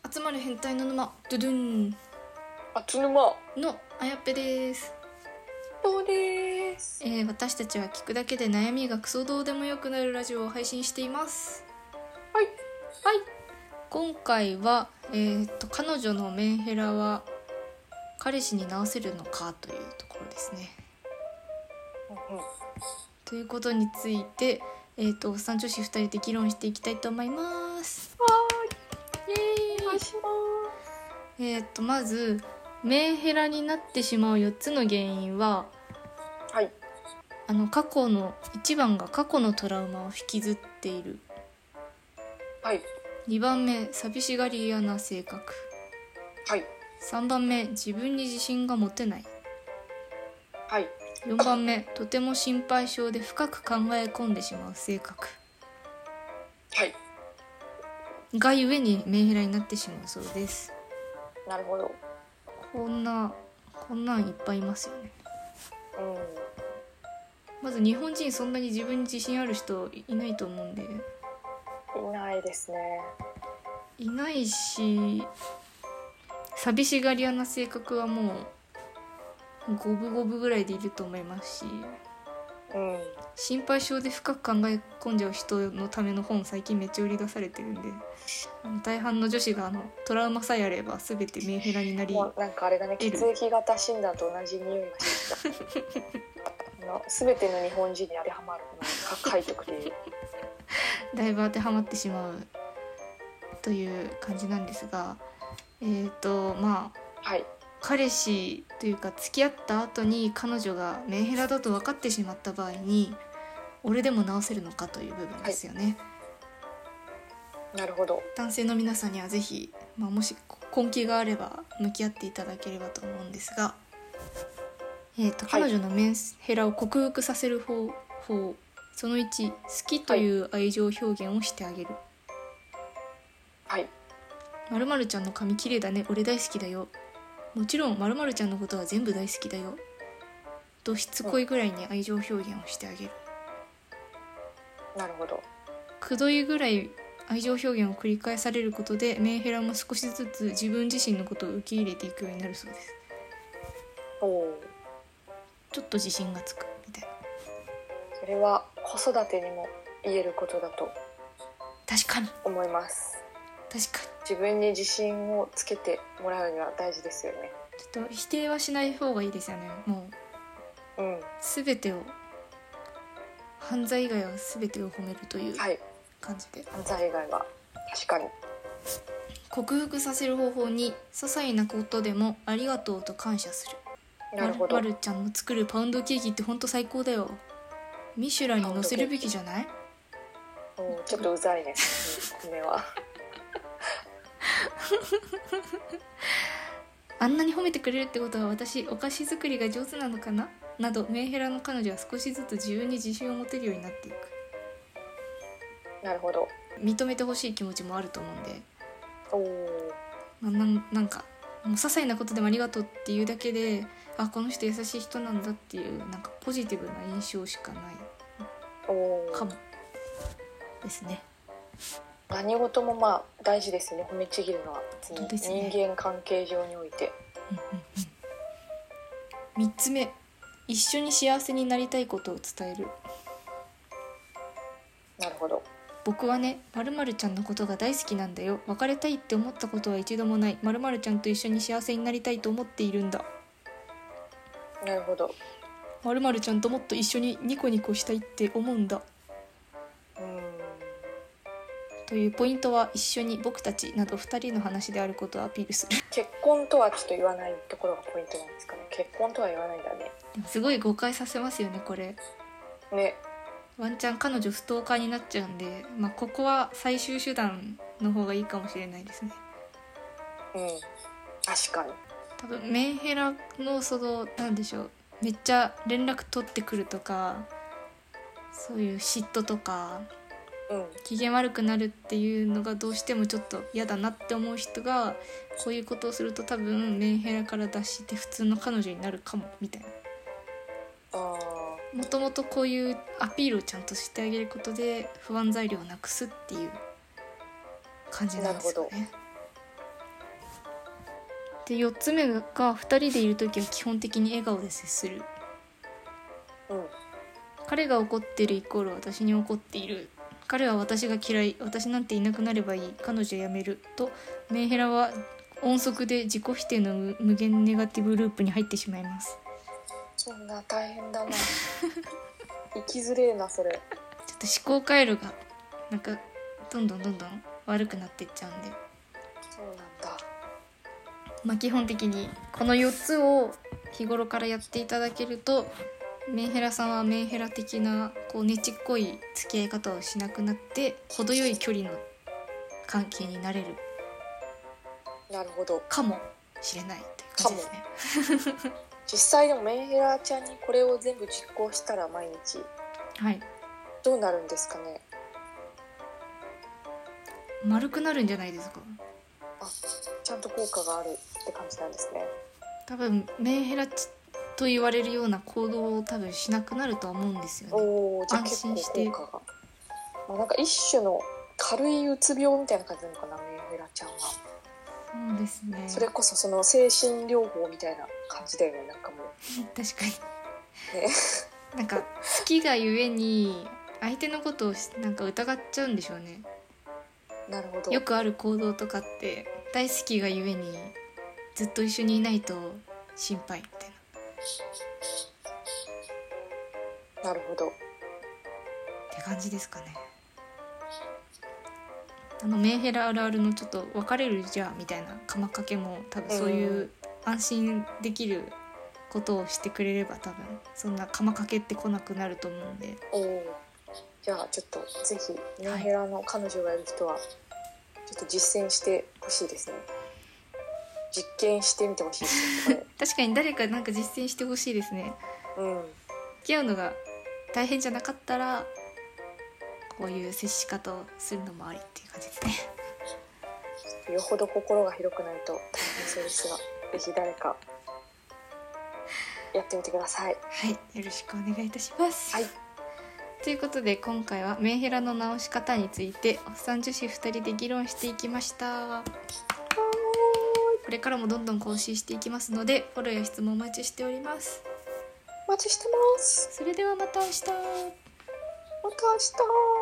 集まる変態の沼ドゥドゥンあつぬまのあやっぺです。 そうです。 私たちは聞くだけで悩みがクソどうでもよくなるラジオを配信しています。 はいはい。今回は、彼女のメンヘラは彼氏に直せるのかというところですね。ということについて、おっさん女子2人で議論していきたいと思います。イエーイ。 お願いします。 まずメンヘラになってしまう4つの原因は、 はい。 1番が過去のトラウマを引きずっている。 はい。 2番目、寂しがり屋な性格。 はい。 3番目、自分に自信が持てない。 はい。 4番目、とても心配性で深く考え込んでしまう性格はい。 がゆえにメンヘラになってしまうそうです。 なるほど。 こんなんいっぱいいますよね。 うまず日本人そんなに自分に自信ある人いないと思うんで、 ん。いないですね。 いないし、寂しがり屋な性格はもう五分五分ぐらいでいると思いますし、 うん。 心配性で深く考え込んじゃう人のための本最近めっちゃ売り出されてるんで、大半の女子がトラウマさえあれば全てメンヘラになり、 もうなんかあれだね、血液型診断と同じ匂いがしてきた。全ての日本人に当てはまるのを書いてくれる。 だいぶ当てはまってしまうという感じなんですが、まあ、 はい。 彼氏というか付き合った後に彼女がメンヘラだと分かってしまった場合に、俺でも直せるのかという部分ですよね。 なるほど。 男性の皆さんにはぜひ、もし根気があれば向き合っていただければと思うんですが、彼女のメンヘラを克服させる方法、その1、好きという愛情表現をしてあげる。 はい。 〇〇ちゃんの髪綺麗だね、俺大好きだよ、もちろん〇〇ちゃんのことは全部大好きだよとしつこいぐらいに愛情表現をしてあげる。 なるほど。 くどいぐらい愛情表現を繰り返されることで、メンヘラも少しずつ自分自身のことを受け入れていくようになるそうです。 おお。 ちょっと自信がつくみたいな。 それは子育てにも言えることだと確かに思います。 確かに。 自分に自信をつけてもらうには大事ですよね。 ちょっと否定はしない方がいいですよね。もう全てを、犯罪以外は全てを褒めるという感じで、 犯罪以外は確かに。 克服させる方法に、些細なことでもありがとうと感謝する。 なるほど。 まるちゃんの作るパウンドケーキってほんと最高だよ、ミシュランに載せるべきじゃない？ ちょっとうざいね、米は。 あんなに褒めてくれるってことは私お菓子作りが上手なのかななど、メンヘラの彼女は少しずつ自分に自信を持てるようになっていく。 なるほど。 認めてほしい気持ちもあると思うんで、 おなんかもう些細なことでもありがとうっていうだけで、あ、この人優しい人なんだっていう、なんかポジティブな印象しかないかもですね。 何事もまあ大事ですね、褒めちぎるのは。 ですね、 人間関係上において。 3つ目、一緒に幸せになりたいことを伝える。 なるほど。 僕はね、〇〇ちゃんのことが大好きなんだよ、別れたいって思ったことは一度もない、〇〇ちゃんと一緒に幸せになりたいと思っているんだ。 なるほど。 〇〇ちゃんともっと一緒にニコニコしたいって思うんだ。というポイントは、一緒に、僕たちなど2人の話であることをアピールする。 結婚とはちょっと言わないところがポイントなんですかね。結婚とは言わないんだね。 でもすごい誤解させますよね、これね。 ワンチャン彼女ストーカーになっちゃうんで、ここは最終手段の方がいいかもしれないですね。 確かに。 多分メンヘラのなんでしょう、めっちゃ連絡取ってくるとか、そういう嫉妬とか、機嫌悪くなるっていうのがどうしてもちょっと嫌だなって思う人が、こういうことをすると多分メンヘラから脱して普通の彼女になるかもみたいな。もともとこういうアピールをちゃんとしてあげることで不安材料をなくすっていう感じなんですよね。 で4つ目が2人でいる時は基本的に笑顔で接する。彼が怒ってるイコール私に怒っている。彼は私が嫌い。私なんていなくなればいい。彼女やめる。とメンヘラは音速で自己否定の無限ネガティブループに入ってしまいます。 そんな大変だな生きづれえなそれ。 ちょっと思考回路がなんかどんどん悪くなっていっちゃうんで。 そうなんだ。 まあ基本的にこの4つを日頃からやっていただけると、メンヘラさんはメンヘラ的なこうねちっこい付き合い方をしなくなって程よい距離の関係になれる。 なるほど。 かもしれないという感じですね。 実際でもメンヘラちゃんにこれを全部実行したら毎日、 はい、 どうなるんですかね。 丸くなるんじゃないですか。 ちゃんと効果があるって感じなんですね。 多分メンヘラと言われるような行動を多分しなくなるとは思うんですよね。 じゃあ結構効果が、なんか一種の軽いうつ病みたいな感じなのかな、メンヘラちゃんは。 そうですね。 それこそその精神療法みたいな感じだよね。なんかもう確かにねなんか好きがゆえに相手のことをなんか疑っちゃうんでしょうね。 なるほど。 よくある行動とかって大好きがゆえにずっと一緒にいないと心配みたいな。なるほどって感じですかね。メンヘラあるあるのちょっと別れるじゃみたいな釜かけも多分そういう安心できることをしてくれれば多分そんな釜かけって来なくなると思うんで。 じゃあちょっとぜひメンヘラの彼女がいる人はちょっと実践してほしいですね。実験してみてほしいですね確かに誰かなんか実践してほしいですね。付き合うのが大変じゃなかったらこういう接し方をするのもありっていう感じですね。 よほど心が広くないと大変そうですがぜひ誰かやってみてください。 はい、よろしくお願いいたします。 はい、 ということで今回はメンヘラの直し方についておっさん女子2人で議論していきました。これからもどんどん更新していきますのでフォローや質問お待ちしております。 お待ちしてます。 それではまた明日。 また明日。